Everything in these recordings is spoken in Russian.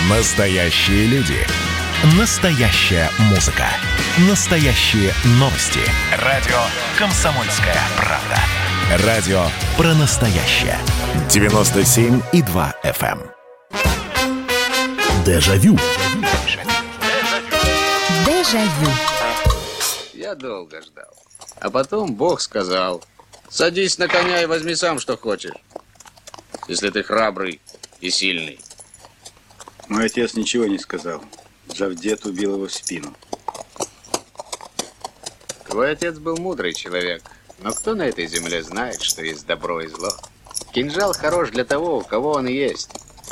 Настоящие люди. Настоящая музыка. Настоящие новости. Радио «Комсомольская правда». Радио про настоящее. 97,2 FM. Дежавю. Дежавю. Я долго ждал. А потом Бог сказал: садись на коня и возьми сам, что хочешь. Если ты храбрый и сильный. Мой отец ничего не сказал. Джавдет убил его в спину. Твой отец был мудрый человек. Но кто на этой земле знает, что есть добро и зло? Кинжал хорош для того, у кого он есть.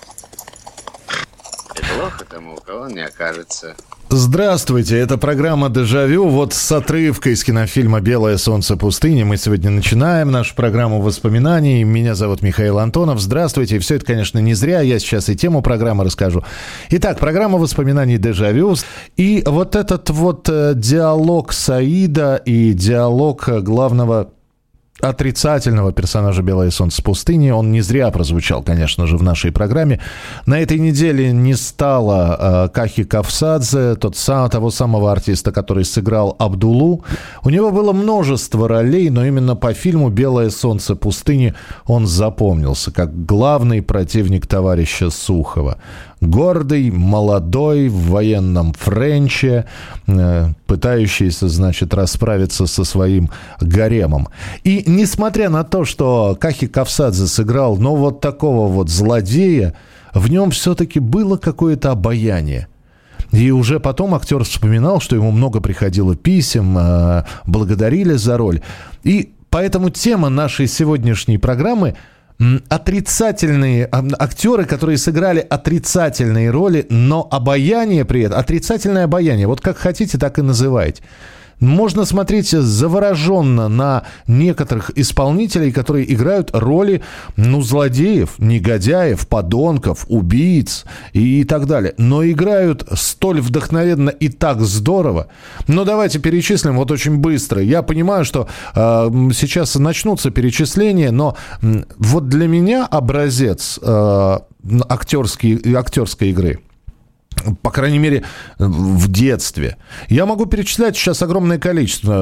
И плохо тому, у кого он не окажется. Здравствуйте, это программа «Дежавю». Вот с отрывка из кинофильма «Белое солнце пустыни» мы сегодня начинаем нашу программу воспоминаний. Меня зовут Михаил Антонов. Здравствуйте. И все это, конечно, не зря. Я сейчас и тему программы расскажу. Итак, программа воспоминаний «Дежавю». И вот этот вот диалог Саида и диалог главного отрицательного персонажа «Белое солнце пустыни», он не зря прозвучал, конечно же, в нашей программе. На этой неделе не стало Кахи Кавсадзе, того самого артиста, который сыграл Абдулу. У него было множество ролей, но именно по фильму «Белое солнце пустыни» он запомнился как главный противник товарища Сухова. Гордый, молодой, в военном френче, пытающийся, значит, расправиться со своим гаремом. И несмотря на то, что Кахи Кавсадзе сыграл, вот такого вот злодея, в нем все-таки было какое-то обаяние. И уже потом актер вспоминал, что ему много приходило писем, благодарили за роль. И поэтому тема нашей сегодняшней программы — отрицательные актеры, которые сыграли отрицательные роли, но обаяние при этом, отрицательное обаяние, вот как хотите, так и называйте. Можно смотреть завороженно на некоторых исполнителей, которые играют роли, злодеев, негодяев, подонков, убийц и так далее. Но играют столь вдохновенно и так здорово. Давайте перечислим вот очень быстро. Я понимаю, что сейчас начнутся перечисления, но вот для меня образец актерской игры, по крайней мере, в детстве. Я могу перечислять сейчас огромное количество.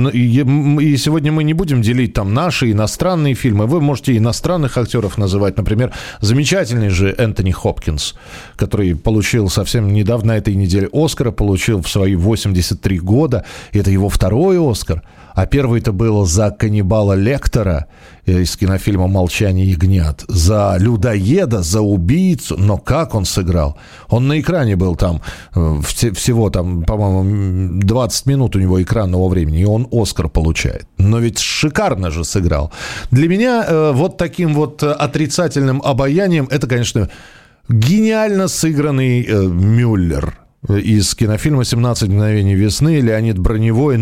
И сегодня мы не будем делить там наши иностранные фильмы. Вы можете иностранных актеров называть. Например, замечательный же Энтони Хопкинс, который получил совсем недавно, на этой неделе, Оскара, получил в свои 83 года. Это его второй Оскар. А первый-то был за каннибала Лектора из кинофильма «Молчание ягнят». За людоеда, за убийцу. Но как он сыграл? Он на экране был там всего, по-моему, 20 минут у него экранного времени, и он Оскар получает. Но ведь шикарно же сыграл. Для меня вот таким вот отрицательным обаянием это, конечно, гениально сыгранный Мюллер. Из кинофильма «17 мгновений весны», Леонид Броневой,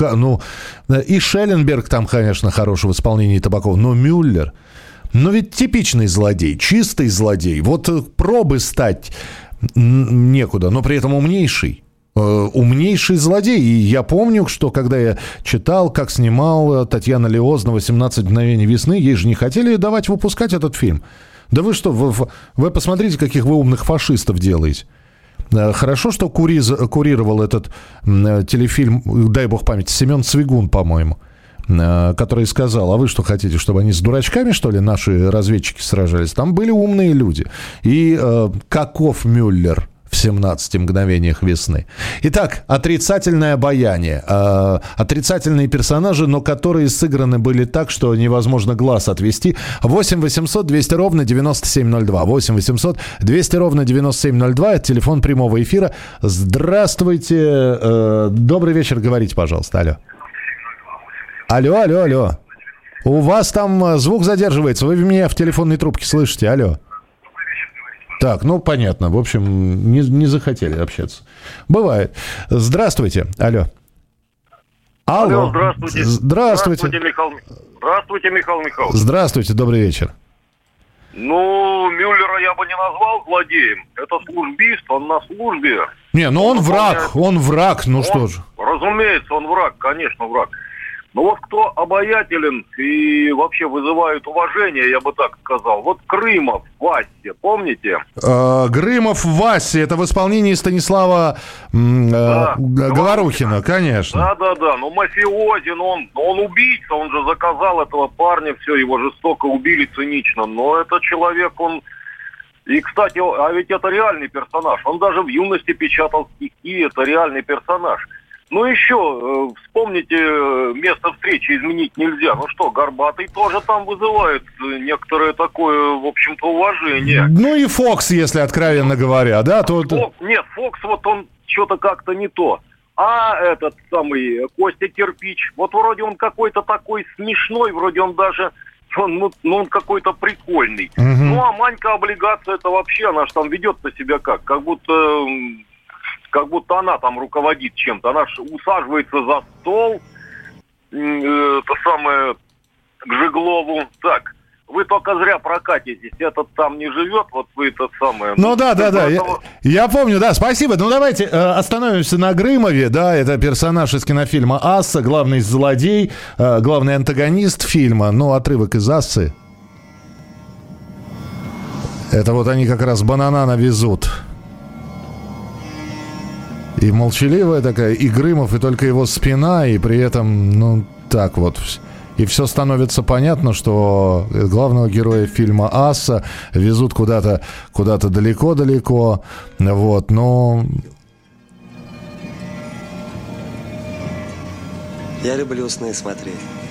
и Шелленберг там, конечно, хорош в исполнении Табакова, но Мюллер, ведь типичный злодей, чистый злодей, вот пробы стать некуда, но при этом умнейший злодей. И я помню, что когда я читал, как снимал Татьяна Лиознова «17 мгновений весны», ей же не хотели давать выпускать этот фильм. Да вы что, вы посмотрите, каких вы умных фашистов делаете. Хорошо, что курировал этот телефильм, дай бог памяти, Семен Цвигун, по-моему, который сказал: а вы что хотите, чтобы они с дурачками, что ли, наши разведчики сражались? Там были умные люди. И каков Мюллер в 17 мгновениях весны. Итак, отрицательное обаяние. Отрицательные персонажи, но которые сыграны были так, что невозможно глаз отвести. 8 800 200 ровно 9702. 8 800 200 ровно 9702. Это телефон прямого эфира. Здравствуйте. Добрый вечер. Говорите, пожалуйста. Алло. У вас там звук задерживается. Вы меня в телефонной трубке слышите. Алло. Так, понятно. В общем, не захотели общаться. Бывает. Здравствуйте. Алло, здравствуйте. Здравствуйте, Михаил Михайлович. Здравствуйте, добрый вечер. Мюллера я бы не назвал злодеем. Это службист, он на службе. Он враг, что же. Разумеется, он враг, конечно, враг. Но вот кто обаятелен и вообще вызывает уважение, я бы так сказал. Вот Крымов, Вася, помните? Грымов, Вася, это в исполнении Станислава Говорухина, конечно. Да. Ну, мафиози, он убийца, он же заказал этого парня, все, его жестоко убили цинично. Но этот человек, он... И, кстати, а ведь это реальный персонаж. Он даже в юности печатал стихи, это реальный персонаж. Ну, еще, вспомните, место встречи изменить нельзя. Ну что, Горбатый тоже там вызывает некоторое такое, в общем-то, уважение. Ну и Фокс, если откровенно говоря, да? Нет, Фокс, вот он что-то как-то не то. А этот самый Костя Кирпич, вот вроде он какой-то такой смешной, вроде он даже... он какой-то прикольный. Угу. Ну, а Манька Облигация, это вообще, она же там ведет-то себя как будто она там руководит чем-то. Она же усаживается за стол, это самое, к Жиглову. Так, вы только зря прокатитесь, этот там не живет, вот вы это самое... Ну да, я помню, да, спасибо. Ну давайте остановимся на Грымове, да, это персонаж из кинофильма «Асса», главный злодей, главный антагонист фильма, ну, отрывок из «Ассы». Это вот они как раз банана везут. И молчаливая такая, и Грымов, и только его спина, и при этом, ну, так вот... И все становится понятно, что главного героя фильма «Асса» везут куда-то далеко-далеко. Вот, но... Я люблю сны смотреть.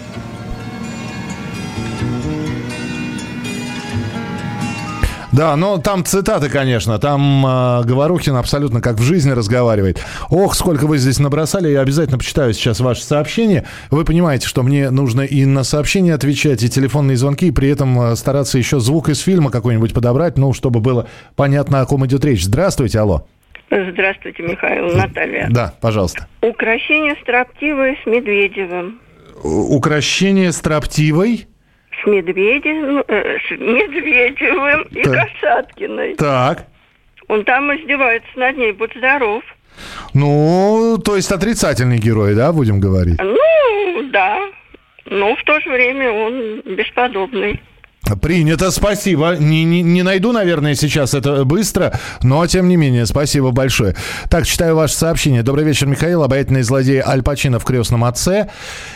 Да, но там цитаты, конечно. Там Говорухин абсолютно как в жизни разговаривает. Ох, сколько вы здесь набросали. Я обязательно почитаю сейчас ваши сообщения. Вы понимаете, что мне нужно и на сообщения отвечать, и телефонные звонки, и при этом стараться еще звук из фильма какой-нибудь подобрать, ну, чтобы было понятно, о ком идет речь. Здравствуйте, алло. Здравствуйте, Михаил, Наталья. Да, пожалуйста. Укрощение строптивой с Медведевым. Укрощение строптивой? С Медведевым и Касаткиной. Так. Он там издевается над ней, будь здоров. Ну, то есть отрицательный герой, да, будем говорить? Ну, да. Но в то же время он бесподобный. Принято, спасибо. Не найду, наверное, сейчас это быстро, но, тем не менее, спасибо большое. Так, читаю ваше сообщение. Добрый вечер, Михаил. Обаятельный злодей Аль Пачино в «Крестном отце».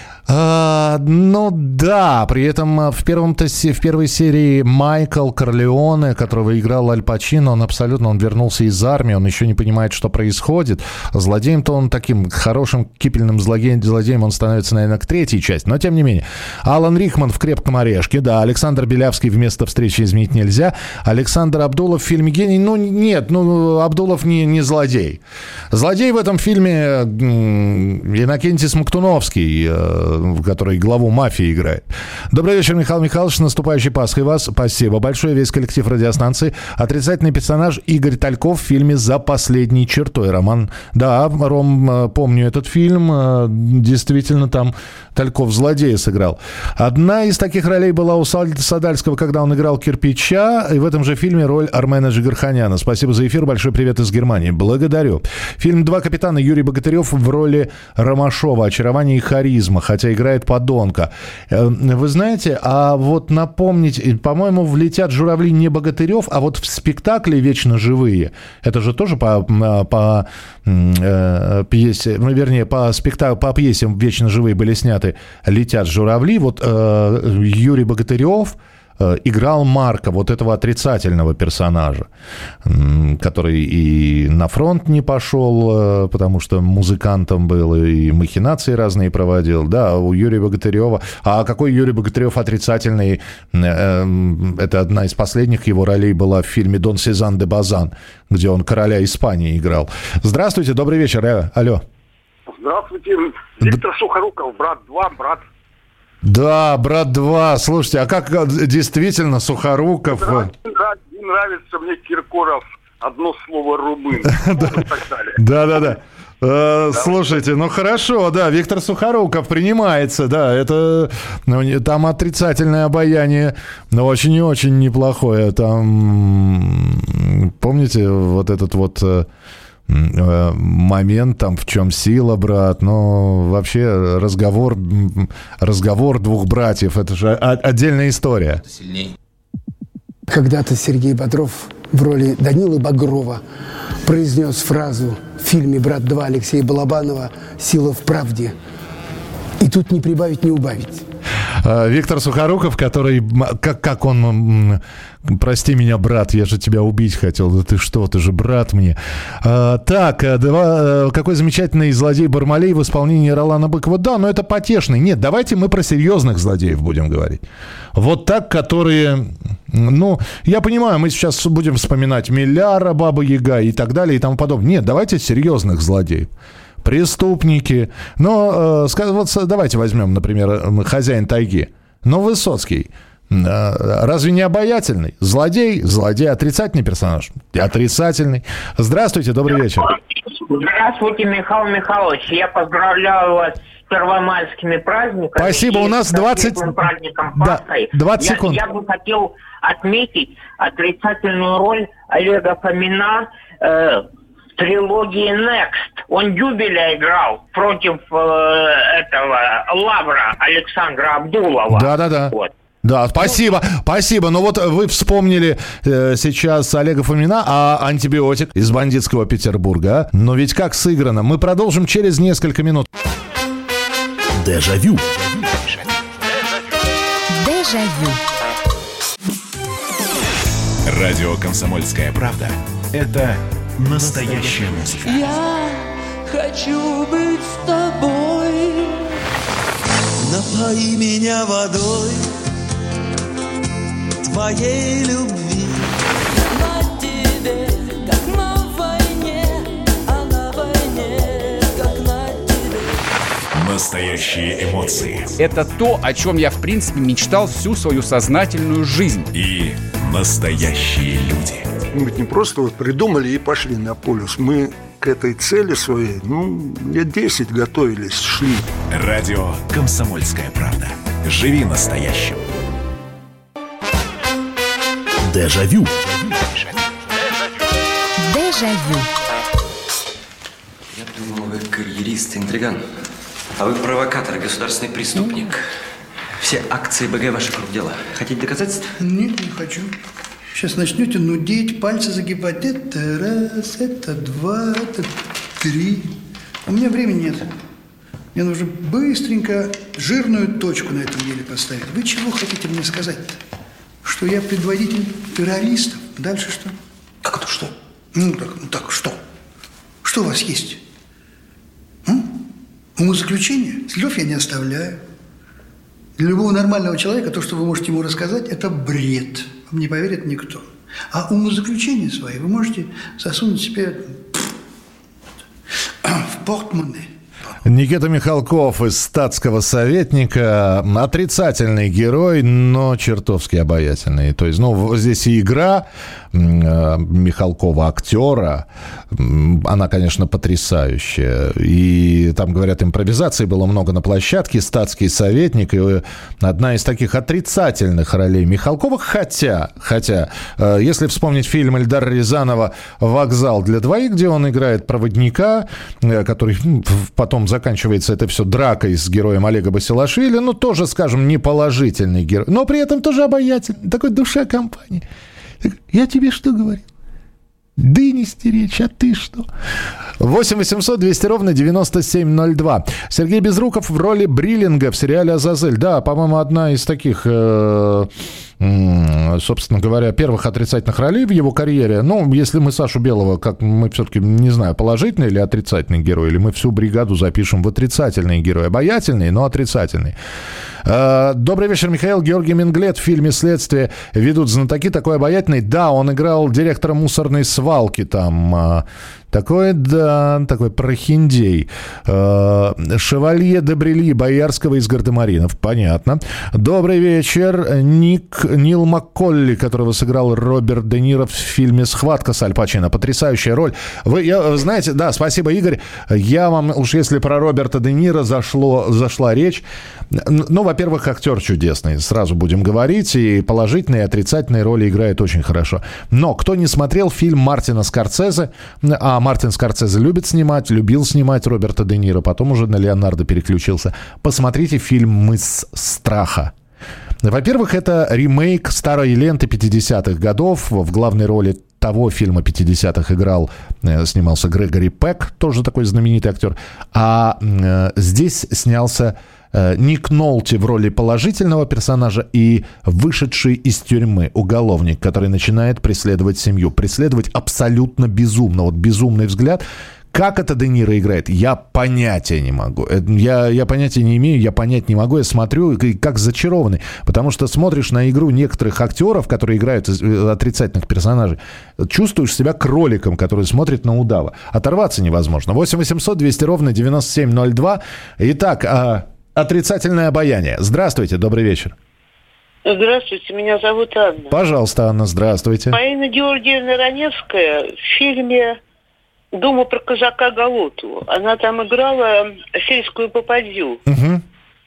Ну да, при этом в первой серии Майкл Корлеоне, которого играл Аль Пачино, он вернулся из армии, он еще не понимает, что происходит. Злодеем-то он таким хорошим кипельным злодеем он становится, наверное, к третьей части, но тем не менее. Алан Рикман в «Крепком орешке», да, Александр Белявский в «Место встречи изменить нельзя», Александр Абдулов в фильме «Гений», ну нет, Абдулов не злодей. Злодей в этом фильме Иннокентий Смоктуновский, который главу мафии играет. Добрый вечер, Михаил Михайлович. С наступающей Пасхой вас. Спасибо большое. Весь коллектив радиостанции. Отрицательный персонаж Игорь Тальков в фильме «За последней чертой». Роман. Да, Ром, помню этот фильм. Действительно, там Тальков злодея сыграл. Одна из таких ролей была у Садальского, когда он играл Кирпича. И в этом же фильме роль Армена Джигарханяна. Спасибо за эфир. Большой привет из Германии. Благодарю. Фильм «Два капитана». Юрий Богатырев в роли Ромашова. «Очарование и харизма», хотя играет подонка. Вы знаете, а вот напомнить, по-моему, в «Летят журавли» не Богатырев, а вот в спектакле «Вечно живые», это же тоже по пьесе, ну, вернее, по пьесе «Вечно живые» были сняты «Летят журавли». Вот Юрий Богатырев играл Марка, вот этого отрицательного персонажа, который и на фронт не пошел, потому что музыкантом был, и махинации разные проводил. Да, у Юрия Богатырева. А какой Юрий Богатырев отрицательный? Это одна из последних его ролей была в фильме «Дон Сезан де Базан», где он короля Испании играл. Здравствуйте, добрый вечер. Алло. Здравствуйте. Виктор Сухоруков, «Брат 2», «Брат». Да, «Брат 2». Слушайте, а как действительно Сухоруков... Не нравится мне Киркоров, одно слово «рубын». Да. Слушайте, ну хорошо, да, Виктор Сухоруков принимается, да, это там отрицательное обаяние, но очень и очень неплохое. Там, помните, вот этот вот... момент, там, в чем сила, брат. Но вообще разговор двух братьев, это же отдельная история. Когда-то Сергей Бодров в роли Данилы Багрова произнес фразу в фильме «Брат 2» Алексея Балабанова «Сила в правде». И тут не прибавить, не убавить. Виктор Сухоруков, который, как он, прости меня, брат, я же тебя убить хотел. Да ты что, ты же брат мне. Какой замечательный злодей Бармалей в исполнении Ролана Быкова. Да, но это потешный. Нет, давайте мы про серьезных злодеев будем говорить. Вот так, которые, я понимаю, мы сейчас будем вспоминать Миляра, Баба Яга и так далее и тому подобное. Нет, давайте серьезных злодеев. Преступники. Но давайте возьмем, например, «Хозяин тайги». Но Высоцкий разве не обаятельный? Злодей отрицательный персонаж. Отрицательный. Здравствуйте, добрый вечер. Здравствуйте, Михаил Михайлович. Я поздравляю вас с первомайскими праздниками. Спасибо, у нас 20... Да, 20 секунд. Я бы хотел отметить отрицательную роль Олега Фомина трилогии Next. Он Дюбеля играл против Лавра Александра Абдулова. Да. Вот. Да, спасибо. Но вот вы вспомнили сейчас Олега Фомина, а «Антибиотик» из «Бандитского Петербурга». Но ведь как сыграно. Мы продолжим через несколько минут. Дежавю. Радио «Комсомольская правда» — это настоящая музыка. Я хочу быть с тобой. Напои меня водой твоей любви. На тебе, как на войне, а на войне, как на тебе. Настоящие эмоции. Это то, о чем я, в принципе, мечтал всю свою сознательную жизнь. И настоящие люди. Мы ведь не просто придумали и пошли на полюс. Мы к этой цели своей, лет 10 готовились, шли. Радио «Комсомольская правда». Живи настоящим. Дежавю. Я думал, вы карьерист, интриган. А вы провокатор, государственный преступник. Все акции БГ ваших рук дело. Хотите доказательств? Нет, не хочу. Сейчас начнете нудеть, пальцы загибать. Это раз, это два, это три. У меня времени нет. Мне нужно быстренько жирную точку на этом деле поставить. Вы чего хотите мне сказать-то? Что я предводитель террористов? Дальше что? Как это что? Так что? Что у вас есть? Умозаключение? Следов я не оставляю. Для любого нормального человека то, что вы можете ему рассказать, это бред. Вам не поверит никто. А умозаключения свои вы можете засунуть себе в портмоне. Никита Михалков из «Статского советника». Отрицательный герой, но чертовски обаятельный. То есть, здесь и игра Михалкова, актера, она, конечно, потрясающая. И там, говорят, импровизации было много на площадке. «Статский советник» и одна из таких отрицательных ролей Михалкова. Хотя, если вспомнить фильм Эльдара Рязанова «Вокзал для двоих», где он играет проводника, который потом заканчивается это все дракой с героем Олега Басилашвили, тоже, скажем, не положительный герой, но при этом тоже обаятельный, такой душа компании. Я тебе что говорил? Дыни стеречь, а ты что? 8 800 200 ровно 9702. Сергей Безруков в роли Бриллинга в сериале «Азазель». Да, по-моему, одна из таких, собственно говоря, первых отрицательных ролей в его карьере. Если мы Сашу Белого, как мы все-таки, не знаю, положительный или отрицательный герой, или мы всю бригаду запишем в отрицательные герои. Обаятельные, но отрицательные. Добрый вечер, Михаил. Георгий Менглет в фильме «Следствие» ведут знатоки. Такой обаятельный. Да, он играл директора мусорной свалки там. Такой прохиндей. Шевалье де Брили, Боярского из Гардемаринов. Понятно. Добрый вечер. Нил Макколли, которого сыграл Роберт Де Ниро в фильме «Схватка» с Аль Пачино. Потрясающая роль. Вы знаете, да, спасибо, Игорь. Я вам, уж если про Роберта Де Ниро зашла речь. Во-первых, актер чудесный. Сразу будем говорить. И положительные, и отрицательные роли играет очень хорошо. Но кто не смотрел фильм Мартина Скорсезе, А Мартин Скорсезе любил снимать Роберта Де Ниро, потом уже на Леонардо переключился. Посмотрите фильм «Мыс страха». Во-первых, это ремейк старой ленты 50-х годов. В главной роли того фильма 50-х снимался Грегори Пек, тоже такой знаменитый актер. А здесь снялся Ник Нолти в роли положительного персонажа и вышедший из тюрьмы уголовник, который начинает преследовать семью. Преследовать абсолютно безумно. Вот безумный взгляд. Как это Де Ниро играет, я понятия не могу. Я понятия не имею, я понять не могу. Я смотрю, как зачарованный. Потому что смотришь на игру некоторых актеров, которые играют отрицательных персонажей, чувствуешь себя кроликом, который смотрит на удава. Оторваться невозможно. 8 800 200 ровно 9702. Итак, отрицательное обаяние. Здравствуйте, добрый вечер. Здравствуйте, меня зовут Анна. Пожалуйста, Анна, здравствуйте. Фаина Георгиевна Раневская в фильме «Думаю про казака Галуту». Она там играла сельскую попадью. Угу.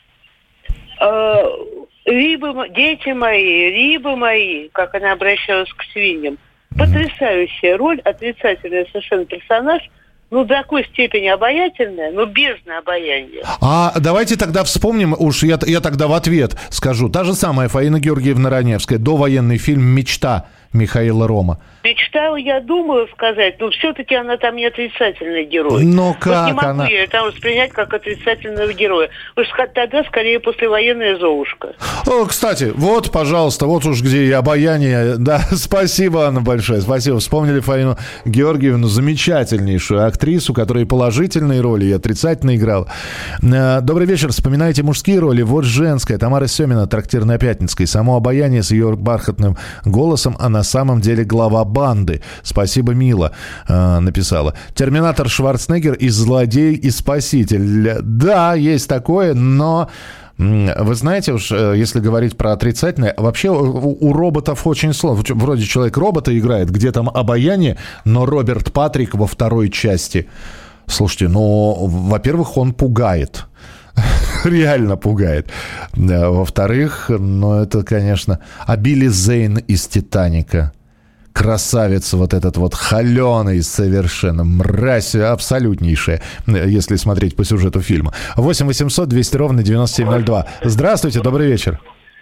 Дети мои, рибы мои, как она обращалась к свиньям. Потрясающая роль, отрицательный совершенно персонаж. До такой степени обаятельная, но бездна обаяния. Давайте тогда вспомним, уж я тогда в ответ скажу. Та же самая Фаина Георгиевна Раневская, довоенный фильм «Мечта» Михаила Рома. Мечтала, я думаю сказать, но все-таки она там не отрицательный герой. Но как не могу она... я там воспринять как отрицательного героя. Уж тогда скорее послевоенная Золушка. Кстати, вот, пожалуйста, вот уж где и обаяние. Да, спасибо, Анна, большое. Спасибо. Вспомнили Фаину Георгиевну, замечательнейшую актрису, которая и положительные роли, и отрицательно играла. Добрый вечер. Вспоминаете мужские роли? Вот женская. Тамара Семина, трактир на Пятницкой. Само обаяние с ее бархатным голосом, а на самом деле глава банды. Спасибо, Мила написала. Терминатор Шварценеггер и злодей, и спаситель. Да, есть такое, но... Вы знаете, уж если говорить про отрицательное, вообще у роботов очень сложно. Вроде Человек-робота играет, где там обаяние, но Роберт Патрик во второй части. Слушайте, во-первых, он пугает. Реально пугает. Во-вторых, это, конечно... А Билли Зейн из «Титаника». Красавец вот этот вот, холеный совершенно, мразь абсолютнейшая, если смотреть по сюжету фильма. 8 800 200 ровно 9702. Здравствуйте, добрый вечер.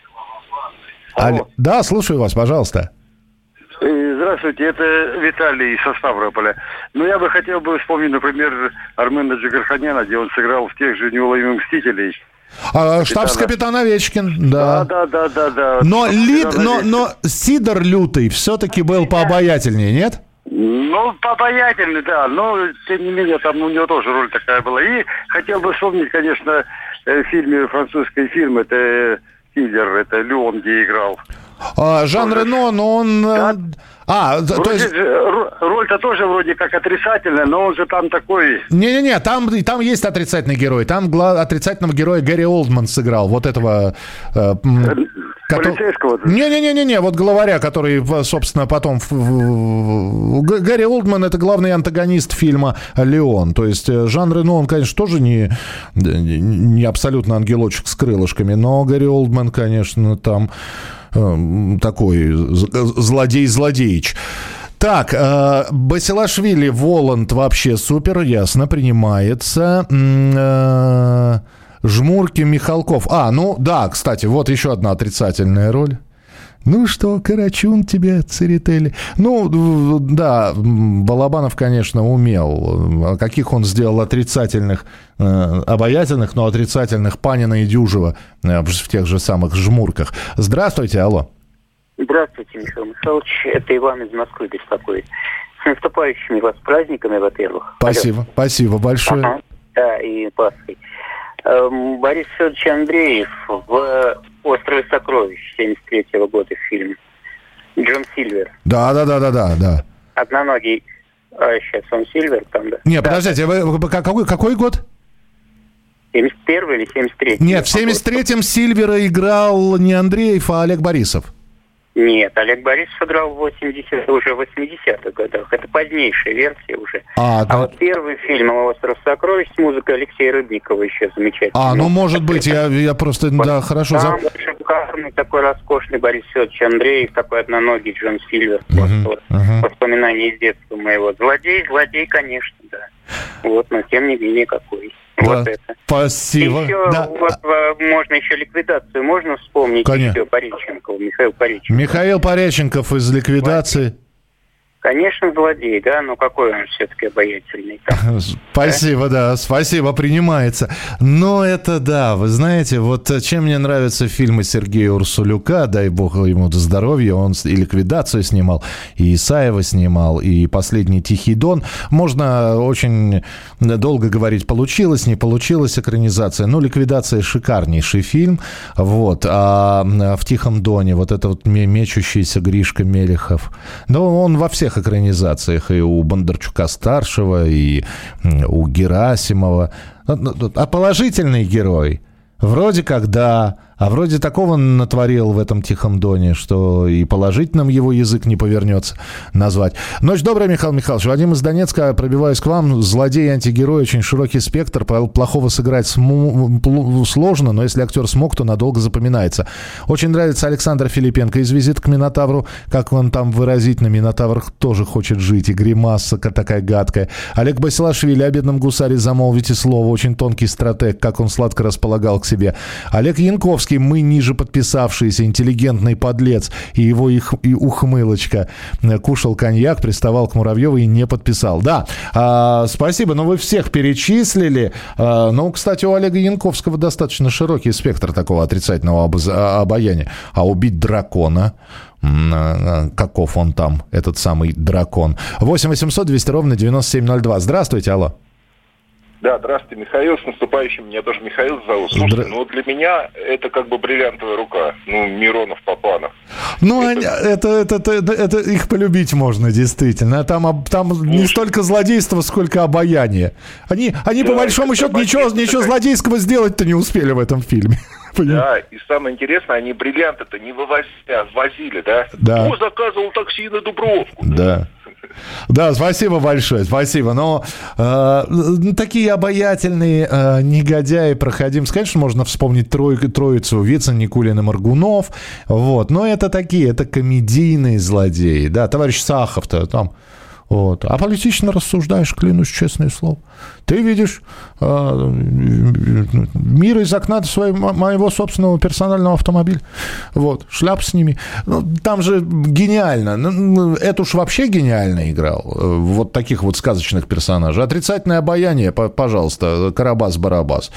Да, слушаю вас, пожалуйста. Здравствуйте, это Виталий со Ставрополя. Я бы хотел вспомнить, например, Армена Джигарханяна, где он сыграл в тех же «Неуловимых мстителей». Штабс-капитан Овечкин, да. Да. Но Сидор Лютый все-таки был пообаятельнее, нет? Пообаятельный, да. Но, тем не менее, там у него тоже роль такая была. И хотел бы вспомнить, конечно, французский фильм, это «Киллер», это Леон, где играл. Жан Рено, но он... то есть... Роль-то тоже вроде как отрицательная, но он же там такой... Не-не-не, там есть отрицательный герой. Там отрицательного героя Гэри Олдман сыграл. Вот этого... Полицейского? Не-не-не, вот главаря, который, собственно, потом... Гэри Олдман — это главный антагонист фильма «Леон». То есть Жан Рено, он, конечно, тоже не абсолютно ангелочек с крылышками, но Гэри Олдман, конечно, там... такой злодей-злодеич. Так, Басилашвили, Воланд вообще супер, ясно, принимается. Жмурки, Михалков. Да, кстати, вот еще одна отрицательная роль. Ну что, Карачун тебе, Церетели. Да, Балабанов, конечно, умел. Каких он сделал отрицательных, обаятельных, но отрицательных Панина и Дюжева в тех же самых «Жмурках». Здравствуйте, алло. Здравствуйте, Михаил Михайлович. Это Иван из Москвы беспокоит. С наступающими вас праздниками, во-первых. Спасибо большое. Да, и Пасхой. Борис Федорович Андреев в «Острове сокровищ» 73-го года фильм. Джон Сильвер. Да. Одноногий. Сейчас он Сильвер там, да? Не, подождите, какой год? 71-й или 73-й? Нет, в 73-м Сильвера играл не Андреев, а Олег Борисов. Нет, Олег Борисов играл в 80-х годах. Это позднейшая версия уже. А вот первый фильм «Остров сокровищ» с музыкой Алексея Рыбникова еще замечательный. Ну, может быть, я просто, да, хорошо. Там шикарный, такой роскошный Борис Федорович Андреев, такой одноногий Джон Сильвер. Воспоминания из детства моего. Злодей, конечно, да. Вот, но тем не менее какой. Да, вот это. Спасибо. Еще можно еще ликвидацию, можно вспомнить еще Пореченкова, Михаил Пореченков. Михаил Пореченков из «Ликвидации». Конечно, злодей, да, но какой он все-таки обаятельный. Спасибо, да, спасибо, принимается. Но это да, вы знаете, вот чем мне нравятся фильмы Сергея Урсулюка, дай бог ему здоровья, он и «Ликвидацию» снимал, и Исаева снимал, и «Последний Тихий Дон». Можно очень долго говорить, получилось, не получилось экранизация, но «Ликвидация» шикарнейший фильм, вот, а в «Тихом Доне» вот это вот мечущийся Гришка Мелехов, но он во всех экранизациях, и у Бондарчука-старшего, и у Герасимова. А положительный герой вроде как да, а вроде такого натворил в этом «Тихом Доне», что и положительным его язык не повернется назвать. Ночь добрая, Михаил Михайлович. Вадим из Донецка, пробиваюсь к вам. Злодей и антигерой, очень широкий спектр. Плохого сыграть сложно, но если актер смог, то надолго запоминается. Очень нравится Александр Филипенко из «Визит к Минотавру». Как он там выразительно, Минотавр тоже хочет жить. И гримаса такая гадкая. Олег Басилашвили, о бедном гусаре замолвите слово. Очень тонкий стратег, как он сладко располагал к себе. Олег Янковский, мы ниже подписавшиеся, интеллигентный подлец, и его и ухмылочка. Кушал коньяк, приставал к Муравьеву и не подписал. Да, спасибо, но вы всех перечислили. Ну, кстати, у Олега Янковского достаточно широкий спектр такого отрицательного обаяния. А убить дракона... Каков он там, этот самый дракон? 8 800 200 ровно 9702. Здравствуйте, алло. Да, здравствуйте, Михаил, с наступающим. Меня тоже Михаил зовут. Слушайте, ну для меня это как бы бриллиантовая рука. Ну, Миронов, Папанов. Ну, это их полюбить можно, действительно. Там не столько злодейства, сколько обаяния. Они по большому счету, ничего злодейского сделать-то не успели в этом фильме. Да, и самое интересное, они бриллианты-то не вывозили, а возили, да? Да. Кто заказывал такси на Дубровку? Да. Да, спасибо большое, спасибо. Но такие обаятельные негодяи, проходимцы, конечно, можно вспомнить троицу Вицин, Никулин и Моргунов. Вот. Но это комедийные злодеи. Да, товарищ Сахов-то там. Вот. А политично рассуждаешь, клянусь, честное слово. Ты видишь мир из окна моего собственного персонального автомобиля. Вот, шляп сними. Ну, там же гениально. Это уж вообще гениально играл. Вот таких вот сказочных персонажей. Отрицательное обаяние, пожалуйста, Карабас-Барабас.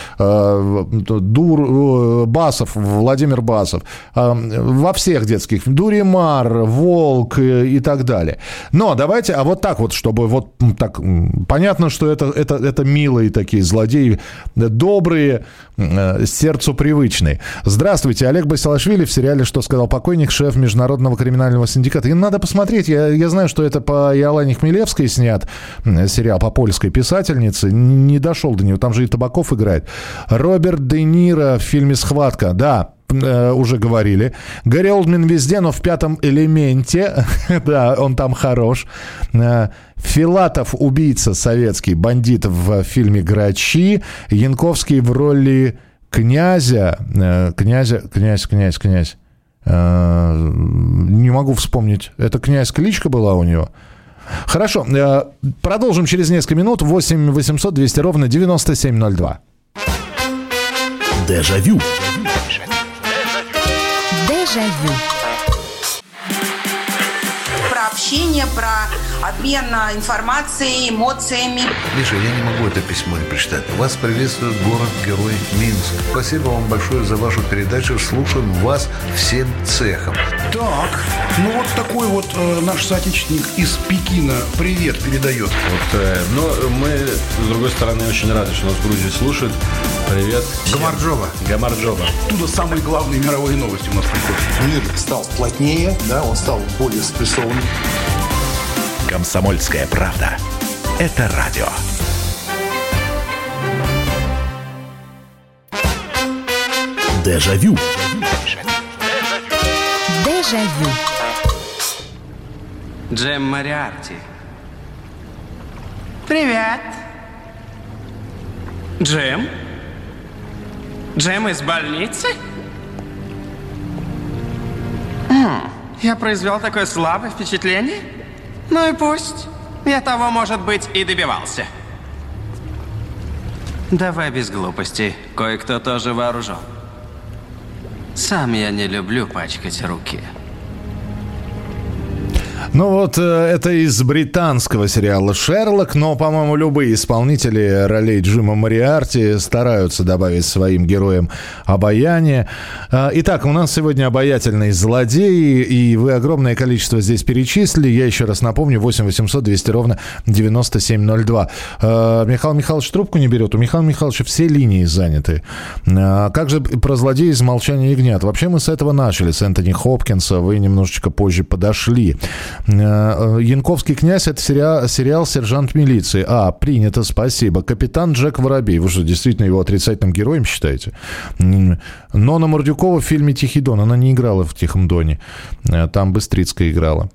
Басов, Владимир Басов. Во всех детских. Дуримар, Волк и так далее. Но давайте, а вот так вот, чтобы вот так... Понятно, что это милые такие злодеи, добрые, сердцу привычные. Здравствуйте, Олег Басилашвили в сериале «Что сказал покойник», шеф Международного криминального синдиката. И надо посмотреть, я знаю, что это по Иолане Хмелевской снят сериал, по польской писательнице, не дошел до него, там же и Табаков играет. Роберт Де Ниро в фильме «Схватка», да, уже говорили. Гэри Олдман везде, но в «Пятом элементе». Да, он там хорош. Филатов, убийца советский, бандит в фильме «Грачи». Янковский в роли князя. Князь. Не могу вспомнить. Это князь кличка была у него? Хорошо. Продолжим через несколько минут. 8 800 200 ровно 9702. Дежавю. Дежавю. Про общение, про обмен информацией, эмоциями. Миша, я не могу это письмо не прочитать. Вас приветствует город-герой Минск. Спасибо вам большое за вашу передачу. Слушаем вас всем цехом. Так, ну вот такой вот наш соотечественник из Пекина привет передает. Вот, но мы, с другой стороны, очень рады, что нас в Грузии слушают. Привет. Гамарджоба. Оттуда самые главные мировые новости у нас приходят. Мир стал плотнее, да, он стал более спрессованным. «Комсомольская правда». Это радио. Дежавю. Дежавю. Джем Мориарти. Привет. Джим? Джим из больницы? Я произвел такое слабое впечатление? Ну и пусть. Я того, может быть, и добивался. Давай без глупостей. Кое-кто тоже вооружен. Сам я не люблю пачкать руки. Ну вот, это из британского сериала «Шерлок», но, по-моему, любые исполнители ролей Джима Мориарти стараются добавить своим героям обаяние. Итак, у нас сегодня обаятельные злодеи, и вы огромное количество здесь перечислили. Я еще раз напомню, 8 800 200 ровно 9702. Михаил Михайлович трубку не берет. У Михаила Михайловича все линии заняты. Как же про злодея из «Молчания ягнят»? Вообще мы с этого начали, с Энтони Хопкинса. Вы немножечко позже подошли. «Янковский князь» — это сериал «Сержант милиции». Принято, спасибо. «Капитан Джек Воробей». Вы что, действительно его отрицательным героем считаете? Нона Мордюкова в фильме «Тихий Дон». Она не играла в «Тихом Доне». Там Быстрицкая играла.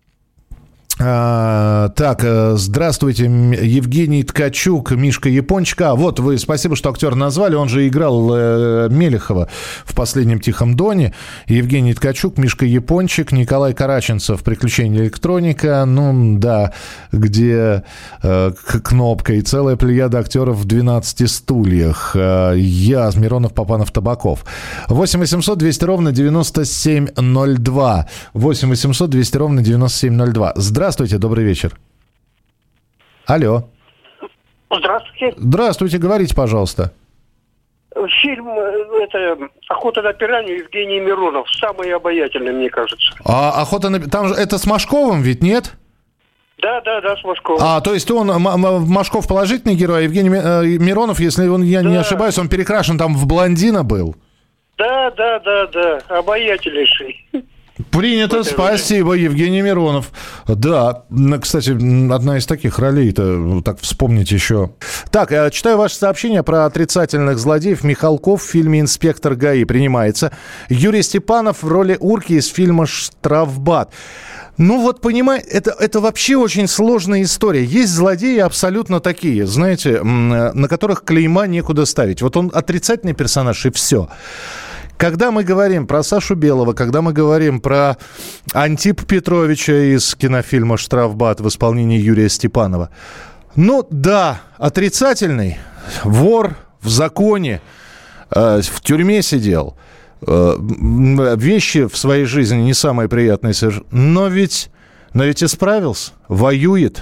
Так, здравствуйте, Евгений Ткачук, Мишка Япончик. Вот вы, спасибо, что актера назвали. Он же играл Мелехова в «Последнем Тихом Доне». Евгений Ткачук, Мишка Япончик, Николай Караченцев, «Приключения электроника». Ну, да, где кнопка и целая плеяда актеров в «12 стульях». Я, Миронов, Папанов, Табаков. 8 800 200 ровно 9702. 8 800 200 ровно 9702. Здравствуйте, добрый вечер. Алло. Здравствуйте. Здравствуйте, говорите, пожалуйста. Фильм «Охота на пиранью» Евгений Миронов. Самый обаятельный, мне кажется. «Охота на...» Там же это с Машковым ведь, нет? Да, с Машковым. То есть он, Машков положительный герой, а Евгений Миронов, если я не ошибаюсь, он перекрашен там в блондина был? Да, обаятельнейший. Принято, спасибо, Евгений Миронов. Да, кстати, одна из таких ролей-то, так вспомнить еще. Так, читаю ваше сообщение про отрицательных злодеев. Михалков в фильме «Инспектор ГАИ» принимается. Юрий Степанов в роли Урки из фильма «Штрафбат». Ну вот, понимаете, это вообще очень сложная история. Есть злодеи абсолютно такие, знаете, на которых клейма некуда ставить. Вот он отрицательный персонаж, и все. Когда мы говорим про Сашу Белого, когда мы говорим про Антипа Петровича из кинофильма «Штрафбат» в исполнении Юрия Степанова, ну да, отрицательный, вор в законе, в тюрьме сидел, вещи в своей жизни не самые приятные совершил, но ведь исправился, воюет.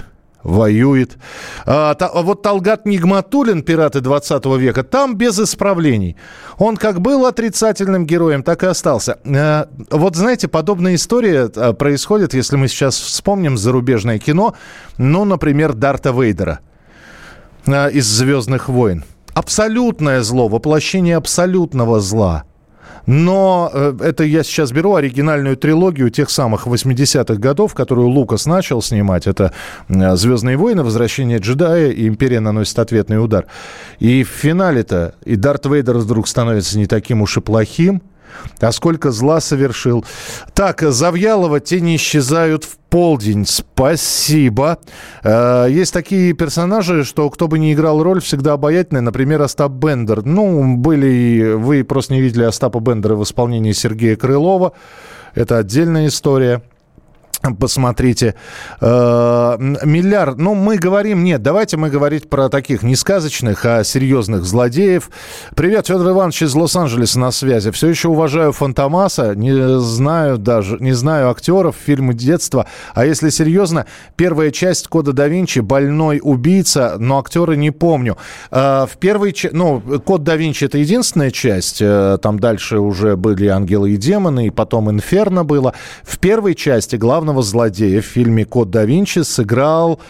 Вот Талгат Нигматуллин, «Пираты 20 века», там без исправлений. Он как был отрицательным героем, так и остался. Вот знаете, подобная история происходит, если мы сейчас вспомним зарубежное кино, ну, например, Дарта Вейдера из «Звездных войн». Абсолютное зло, воплощение абсолютного зла. Но это я сейчас беру оригинальную трилогию тех самых 80-х годов, которую Лукас начал снимать. Это «Звездные войны», «Возвращение джедая» и «Империя наносит ответный удар». И в финале-то и Дарт Вейдер вдруг становится не таким уж и плохим. А сколько зла совершил. Так, Завьялова «Тени исчезают в полдень». Спасибо. Есть такие персонажи, что кто бы ни играл роль, всегда обаятельный. Например, Остап Бендер. Ну, вы просто не видели Остапа Бендера в исполнении Сергея Крылова. Это отдельная история. Посмотрите. Миллиард. Давайте мы говорить про таких не сказочных, а серьезных злодеев. Привет, Федор Иванович из Лос-Анджелеса на связи. Все еще уважаю Фантомаса. Не знаю актеров, фильмы детства. А если серьезно, первая часть «Кода да Винчи», «Больной убийца», но актеры не помню. В первой части, «Код да Винчи» — это единственная часть. Там дальше уже были «Ангелы и демоны», и потом «Инферно» было. В первой части главного злодея в фильме «Код да Винчи» сыграл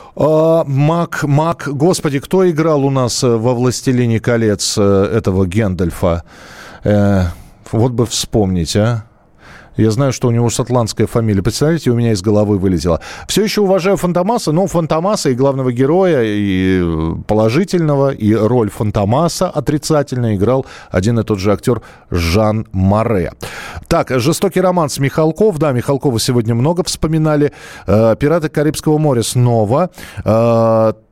Господи, кто играл у нас во «Властелине колец» этого Гэндальфа? Вот бы вспомнить, а? Я знаю, что у него шотландская фамилия. Представляете, у меня из головы вылетело. Все еще уважаю Фантомаса, но Фантомаса и главного героя, и положительного, и роль Фантомаса отрицательно играл один и тот же актер Жан Море. Так, «Жестокий романс» Михалков. Да, Михалкова сегодня много вспоминали. «Пираты Карибского моря» снова.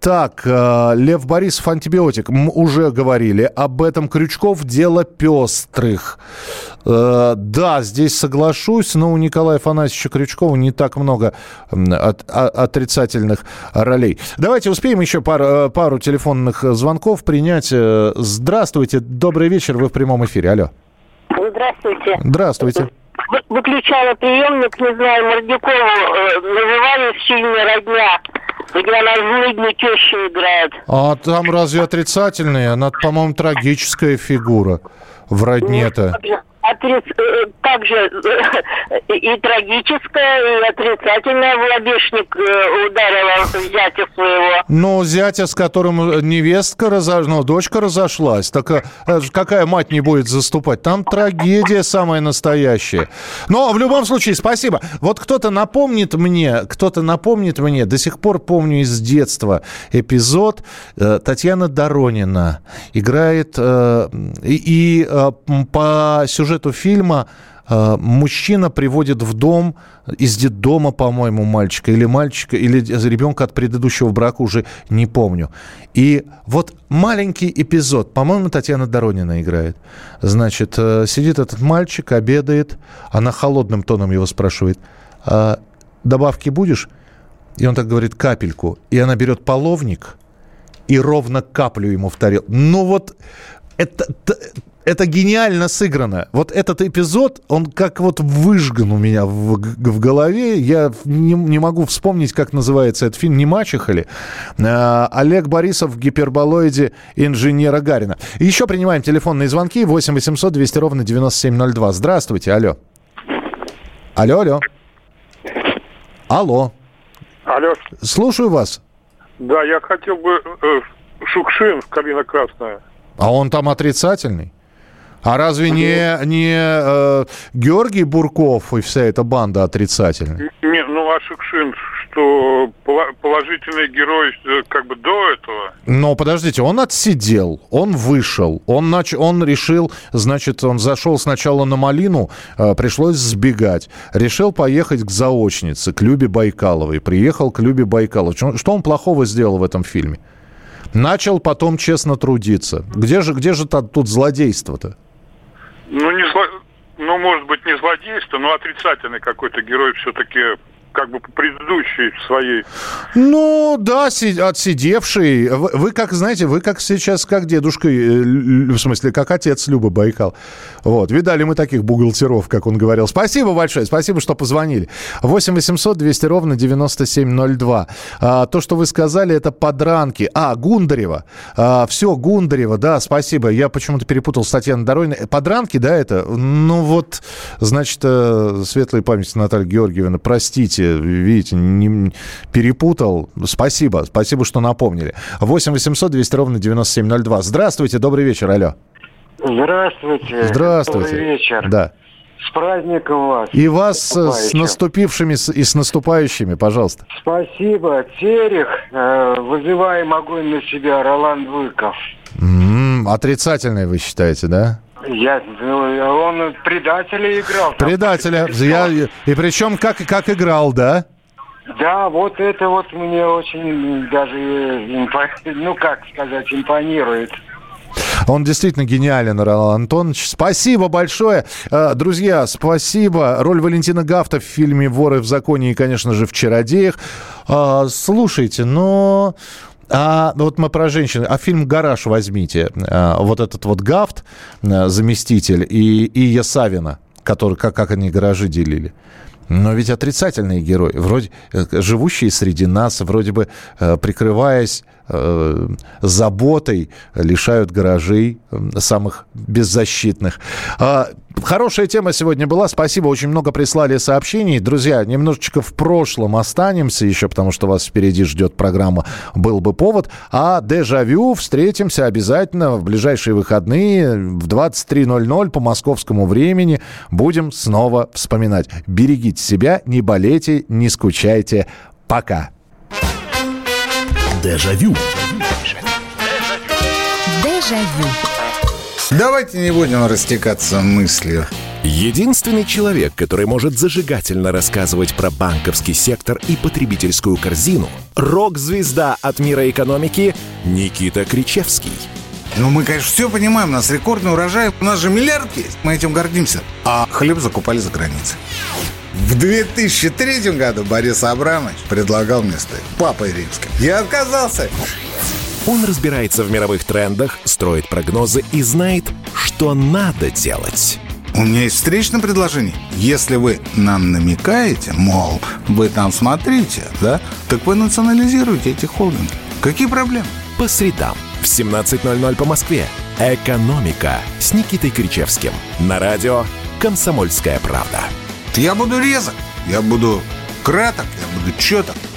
Так, Лев Борисов, антибиотик. Уже говорили об этом. Крючков, дело пестрых. Да, здесь соглашусь, но у Николая Афанасьевича Крючкова не так много отрицательных ролей. Давайте успеем еще пару телефонных звонков принять. Здравствуйте, добрый вечер, вы в прямом эфире. Алло. Здравствуйте. Здравствуйте. Выключала приемник, не знаю, Мордюкову называли в фильме «Родня», где она злыдню тещу играет. А там разве отрицательная? Она, по-моему, трагическая фигура в «Родне»-то. Также и трагическая, и отрицательная. Влабешник ударила зятя своего. Ну, зятя, с которым невестка, дочка разошлась. Так какая мать не будет заступать? Там трагедия самая настоящая. Но в любом случае, спасибо. Вот кто-то напомнит мне, до сих пор помню из детства эпизод. Татьяна Доронина играет, и по сюжету фильма мужчина приводит в дом из детдома, по-моему, мальчика, или ребенка от предыдущего брака, уже не помню. И вот маленький эпизод, по-моему, Татьяна Доронина играет. Значит, сидит этот мальчик, обедает, она холодным тоном его спрашивает: добавки будешь? И он так говорит: капельку. И она берет половник и ровно каплю ему в тарелку. Ну вот это гениально сыграно. Вот этот эпизод, он как вот выжган у меня в голове. Я не могу вспомнить, как называется этот фильм. Не «Мачеха» ли? Олег Борисов в гиперболоиде инженера Гарина. Еще принимаем телефонные звонки. 8 800 200 ровно 9702. Здравствуйте. Алло. Алло. Алло. Слушаю вас. Да, я хотел бы Шукшин, «Калина красная». А он там отрицательный? А разве не Георгий Бурков и вся эта банда отрицательная? Нет, а Шукшин, что положительный герой как бы до этого? Но подождите, он отсидел, он вышел, он решил, значит, он зашел сначала на малину, пришлось сбегать, решил поехать к заочнице, к Любе Байкаловой, приехал к Любе Байкаловой. Что он плохого сделал в этом фильме? Начал потом честно трудиться. Где же тут злодейство-то? Может быть, не злодейство, но отрицательный какой-то герой все-таки, как бы предыдущий своей. Ну, да, отсидевший. Вы как сейчас, как дедушка, в смысле, как отец Любы Байкал. Вот, видали мы таких бухгалтеров, как он говорил. Спасибо большое, спасибо, что позвонили. 8 800 200 ровно 9702. То, что вы сказали, это подранки. Гундарева. Все, Гундарева, да, спасибо. Я почему-то перепутал с Татьяной Дорониной. Подранки, да, это? Ну, вот, значит, светлая память Натальи Георгиевны, простите. Видите, не перепутал. Спасибо, что напомнили. 8 800 200 ровно 9702. Здравствуйте, добрый вечер, алло. Здравствуйте. Добрый вечер. Да. С праздником вас. И вас с наступившими и с наступающими, пожалуйста. Спасибо. Терех, вызываем огонь на себя, Ролан Выков. Отрицательное вы считаете, да? Он предателя играл. Предателя. И причем как играл, да? Да, вот это вот мне очень даже, импонирует. Он действительно гениален, Ролан Антонович. Спасибо большое. Друзья, спасибо. Роль Валентина Гафта в фильме «Воры в законе» и, конечно же, в «Чародеях». Слушайте, вот мы про женщин. Фильм «Гараж» возьмите. Вот этот вот Гафт, заместитель, и Ия Савина, который, как они гаражи делили. Но ведь отрицательные герои, вроде живущие среди нас, вроде бы прикрываясь заботой, лишают гаражей самых беззащитных. Хорошая тема сегодня была. Спасибо, очень много прислали сообщений. Друзья, немножечко в прошлом останемся еще, потому что вас впереди ждет программа «Был бы повод». А «Дежавю» встретимся обязательно в ближайшие выходные в 23:00 по московскому времени. Будем снова вспоминать. Берегите себя, не болейте, не скучайте. Пока. Дежавю. Давайте не будем растекаться мыслью. Единственный человек, который может зажигательно рассказывать про банковский сектор и потребительскую корзину – рок-звезда от мира экономики Никита Кричевский. Ну, мы, конечно, все понимаем, у нас рекордный урожай, у нас же миллиард есть, мы этим гордимся. А хлеб закупали за границей. В 2003 году Борис Абрамович предлагал мне стать папой римским. Я отказался. Он разбирается в мировых трендах, строит прогнозы и знает, что надо делать. У меня есть встречное предложение. Если вы нам намекаете, мол, вы там смотрите, да, так вы национализируете эти холдинги. Какие проблемы? По средам в 17:00 по Москве. «Экономика» с Никитой Кричевским. На радио «Комсомольская правда». Я буду резок, я буду краток, я буду четок.